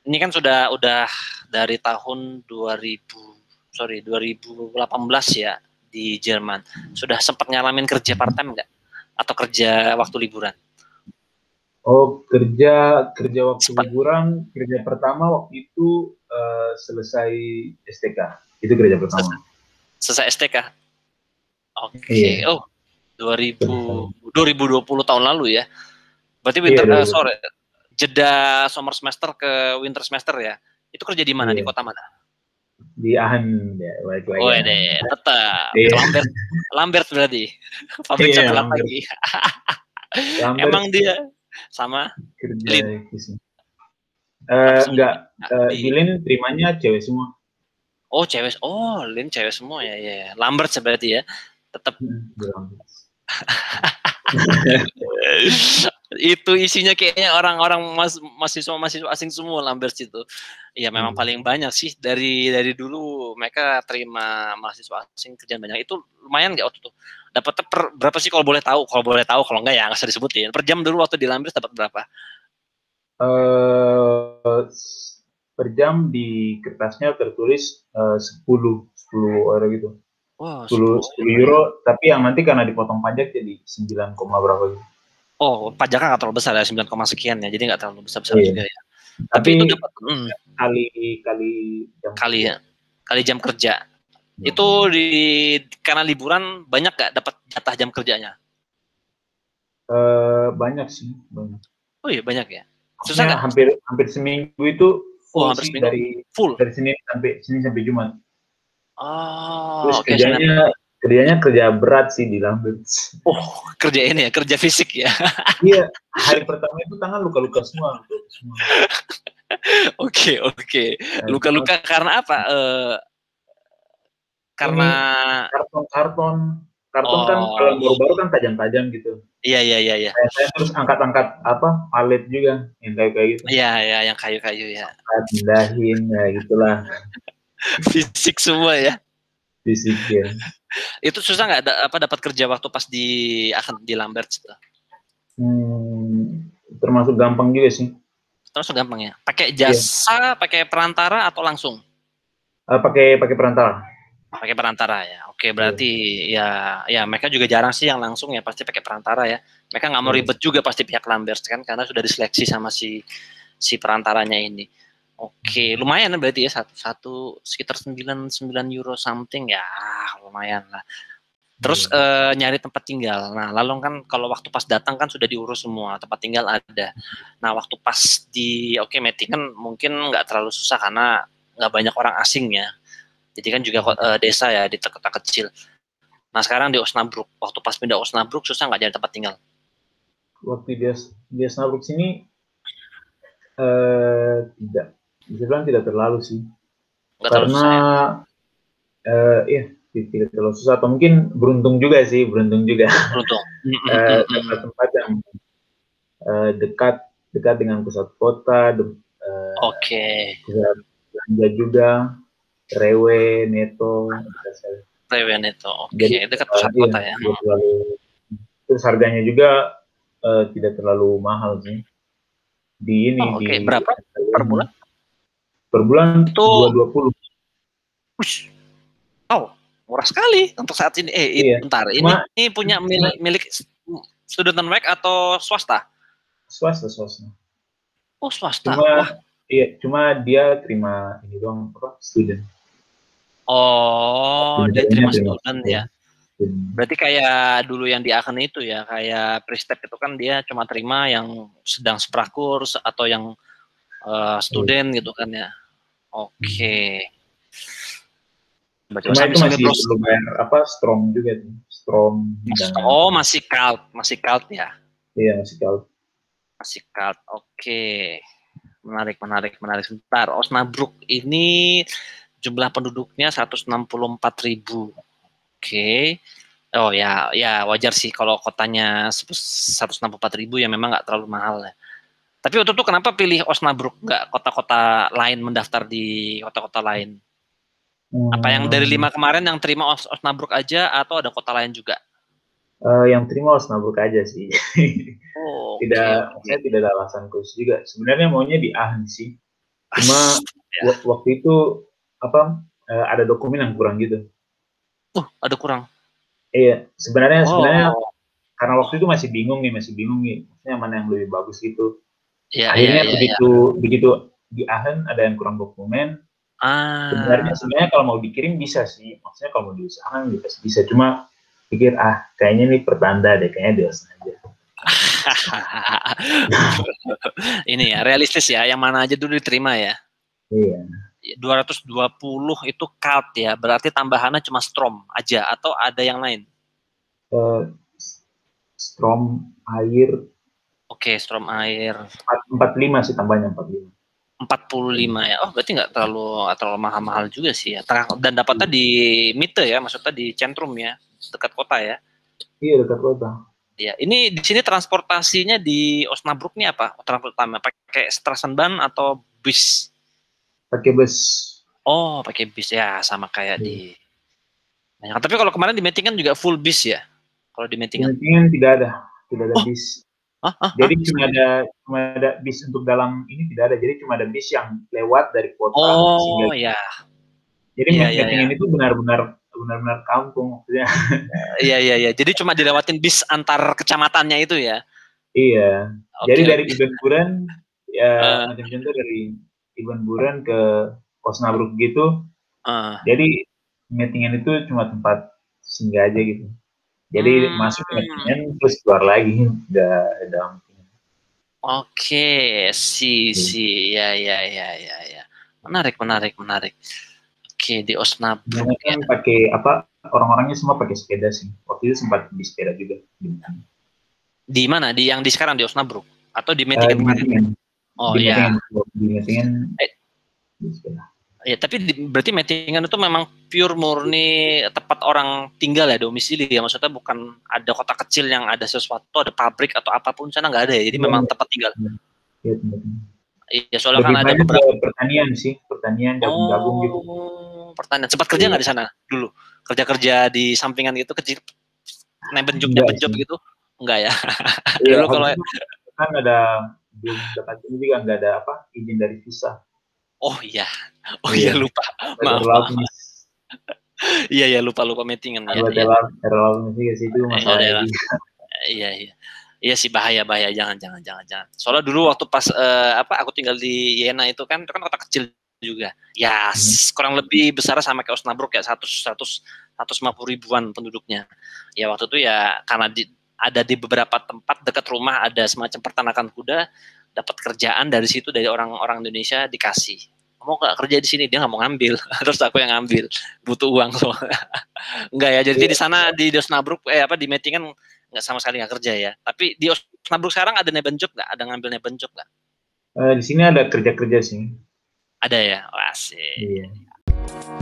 Ini kan udah dari tahun 2018 ya di Jerman. Sudah sempat ngalamin kerja part time nggak? Atau kerja waktu liburan? Oh, kerja waktu Sempat liburan, kerja pertama waktu itu selesai STK. Itu kerja selesai, pertama. selesai STK. Oke. Iya, Oh, 2000 selesai. 2020 tahun lalu ya. Berarti Iya, sorry, jeda summer semester ke winter semester ya. Itu kerja di mana? Di iya. kota mana? Di Aachen ya, balik lagi Oh, Aachen. deh, tetap Iya, Lambert, Lambert berarti pabrik iya, coklat Lambert. lagi. Lambert Emang dia sama kerja Lin di sini. apa semua Enggak, di di LIN terimanya cewek semua. oh cewek Lin cewek semua ya ya ya. Lambert berarti ya tetap Di Lambert. itu isinya kayaknya orang-orang mahasiswa asing semua Lambert itu. Ya memang Iya. paling banyak sih dari dulu mereka terima mahasiswa asing kerjaan banyak. Itu lumayan nggak waktu itu? Dapatnya berapa sih kalau boleh tahu? Kalau boleh tahu, kalau enggak ya nggak usah disebutin. Per jam dulu waktu di Lambert dapat berapa? eh per jam di kertasnya tertulis 10 euro gitu. Wah, 10 10 10 euro ya. euro, tapi yang nanti karena dipotong pajak jadi 9, berapa gitu. Oh, pajaknya nggak terlalu besar ya, 9, sekian ya. Jadi nggak terlalu besar-besar Iya. juga ya. Tapi Tapi itu dapat kali kali jam kali kerja. ya, kali jam kerja. Itu Iya. karena liburan banyak nggak dapat jatah jam kerjanya? Banyak sih, banyak. Oh iya banyak ya. Susah Maksudnya nggak? hampir hampir seminggu itu Oh full hampir sih seminggu dari full. Senin sampai Jumat. Terus Oh oke Senin. kerjanya kerja berat sih di Lambert. Oh kerja ini ya, kerja fisik ya. Iya, hari pertama itu tangan luka-luka semua, luka semua. Oke oke. Hari pertama Luka-luka karena apa? ini Karena karton karton kan kalau oh baru-baru kan tajam-tajam gitu. iya iya iya iya. Saya terus angkat-angkat apa palet juga yang kayak gitu. Iya iya yang kayu-kayu ya. Angkat, pindahin, ya gitulah Fisik semua ya. fisik ya. Itu susah nggak apa dapat kerja waktu pas di Lambert itu? Termasuk gampang juga sih. Terus gampang ya. Pakai Iya. jasa, pakai perantara atau langsung? Pakai perantara. Pakai perantara ya. Oke, Iya. berarti ya mereka juga jarang sih yang langsung ya, pasti pakai perantara ya. Mereka nggak mau Iya. ribet juga pasti pihak Lambert kan karena sudah diseleksi sama si perantaranya ini. Oke, lumayan berarti ya satu sekitar 9 euro something ya, lumayan lah. Terus Iya. nyari tempat tinggal. Nah, lalu kan kalau waktu pas datang kan sudah diurus semua, tempat tinggal ada. Nah, waktu pas meeting kan mungkin nggak terlalu susah karena nggak banyak orang asing ya. Jadi kan juga desa ya di kota kecil. Nah, sekarang di Osnabrück, waktu pas pindah Osnabrück susah nggak cari tempat tinggal? Waktu dia Snapbook sini tidak, bisa bilang tidak terlalu sih, Nggak terlalu karena susah ya? iya tidak terlalu susah atau mungkin beruntung juga sih, beruntung juga. Beruntung. Dapat tempat yang dekat dekat dengan pusat kota, Oke. pusat belanja juga, Rewe, Neto, Rewen itu, oke. jadi Dekat pusat iya kota ya? tidak terlalu, terus harganya juga tidak terlalu mahal sih di ini Oh, di oke. Berapa per bulan? per bulan Itu, 220. ush, oh, murah sekali untuk saat ini. Iya, Bentar, cuma ini punya milik Studentenwerk atau swasta? swasta swasta. Oh, swasta. Cuma Wah. iya, cuma dia terima ini doang apa student. Oh, dia Studentnya terima terima student ya, ya. student. Berarti kayak dulu yang di Aachen itu ya, kayak Pristep itu kan dia cuma terima yang sedang seprakurs atau yang Iya. student gitu kan ya. Oke. Coba Cuma itu sambil masih bros. perlu bayar apa Strom juga tuh. Strom dan Oh, masih cult ya. iya masih kalau Masih cult. Oke. Menarik. Sebentar. Osnabrück ini jumlah penduduknya 164.000. Oke. Oh ya, ya wajar sih kalau kotanya 164.000 ya memang nggak terlalu mahal ya. Tapi waktu itu kenapa pilih Osnabrück nggak kota-kota lain mendaftar di kota-kota lain? Apa yang dari 5 kemarin yang terima Osnabrück aja atau ada kota lain juga? yang terima Osnabrück aja sih. Oh, Tidak, oke saya oke. tidak ada alasan khusus juga. Sebenarnya maunya di Aachen sih. Cuma Ya. waktu itu apa ada dokumen yang kurang gitu. Ada kurang. Iya, sebenarnya Oh. karena waktu itu masih bingung nih, maksudnya mana yang lebih bagus gitu. Iya, iya, Akhirnya iya, iya. begitu di Aachen ada yang kurang dokumen. Ah. Sebenarnya kalau mau dikirim bisa sih, maksudnya kalau mau diusahakan bisa. Cuma pikir kayaknya ini pertanda deh, kayaknya di Osna aja. Ini ya, realistis ya, yang mana aja dulu diterima ya. Iya. 220 itu card ya, berarti tambahannya cuma Strom aja atau ada yang lain? Eh, Strom air Oke, Strom air 45 sih tambahnya 45. 45 ya. Oh, berarti nggak terlalu mahal-mahal juga sih ya. Dan dapatnya di Mitte ya, maksudnya di centrum ya, dekat kota ya. Iya, dekat kota. Ya, ini di sini transportasinya di Osnabrück nih apa? Transportasi pakai Straßenbahn atau bis? Pakai bus. Oh, pakai bis ya, sama kayak Iya. di. Nah, tapi kalau kemarin di Mettingen juga full bis ya? Kalau di Mettingen? Kemudian tidak ada Oh, bis. ah, Jadi cuma ada bis untuk dalam ini tidak ada. Jadi cuma ada bis yang lewat dari kota sehingga. oh ya, Jadi iya, iya, iya, Mettingen itu benar-benar kampung maksudnya. iya, iya, iya. Jadi cuma dilewatin bis antar kecamatannya itu ya? Iya. Jadi Oke, dari oke. Ibbenburen ya Uh, macam contoh dari Ibbenburen ke Osnabrück gitu. uh, Jadi Mettingen itu cuma tempat singgah aja gitu. Jadi hmm, masuk ke Mettingen terus keluar lagi udah. oke, si, ya, ya, ya, ya, ya. Menarik, menarik, menarik. Oke, di Osnabrück Kebanyakan ya. pakai apa? Orang-orangnya semua pakai sepeda sih. Waktu itu sempat di sepeda juga. Di mana? Di yang di sekarang di Osnabrück atau di Mettingen Di kemarin? Mettingen. Oh Di ya. Mettingen. Di Mettingen Eh, di sepeda. ya, tapi berarti Mettingen itu memang pure murni tempat orang tinggal ya, domisili ya. Maksudnya bukan ada kota kecil yang ada sesuatu, ada pabrik atau apapun sana nggak ada ya. Jadi Iya, memang tempat tinggal. iya, Mettingen. Iya, soalnya kan Lebih ada banyak ke beberapa. pertanian sih, pertanian jagung-jagung gitu. Oh, pertanyaan. Sempat kerja Iya. nggak di sana dulu? Kerja-kerja di sampingan gitu, kecil, neben Enggak job sih. gitu? Enggak ya. Iya, Dulu kalau, habis itu kan belum dekat ini juga nggak ada apa izin dari visa. oh iya, oh iya Iya, lupa, maaf, maaf. terlalu Iya, iya, lupa Mettingen ya, iya. terlalu juga sih itu Enggak ada masalahnya ya. juga. Iya, iya. Iya sih, bahaya, bahaya, jangan. Soalnya dulu waktu pas aku tinggal di Jena itu kan kota kecil juga. Ya, kurang lebih besar sama kayak Osnabrück ya, 150 ribuan penduduknya. Ya waktu itu ya karena ada di beberapa tempat dekat rumah ada semacam peternakan kuda, dapat kerjaan dari situ dari orang-orang Indonesia dikasih. Mau nggak kerja di sini? Dia nggak mau ngambil, terus aku yang ngambil, butuh uang so. Enggak ya, jadi Iya. di sana di Osnabrück di Mettingen nggak sama sekali nggak kerja ya. Tapi di Osnabrück sekarang ada nebenjob nggak? Ada ngambil nebenjob nggak? Di sini ada kerja-kerja sih. Ada ya, wah sih. Iya.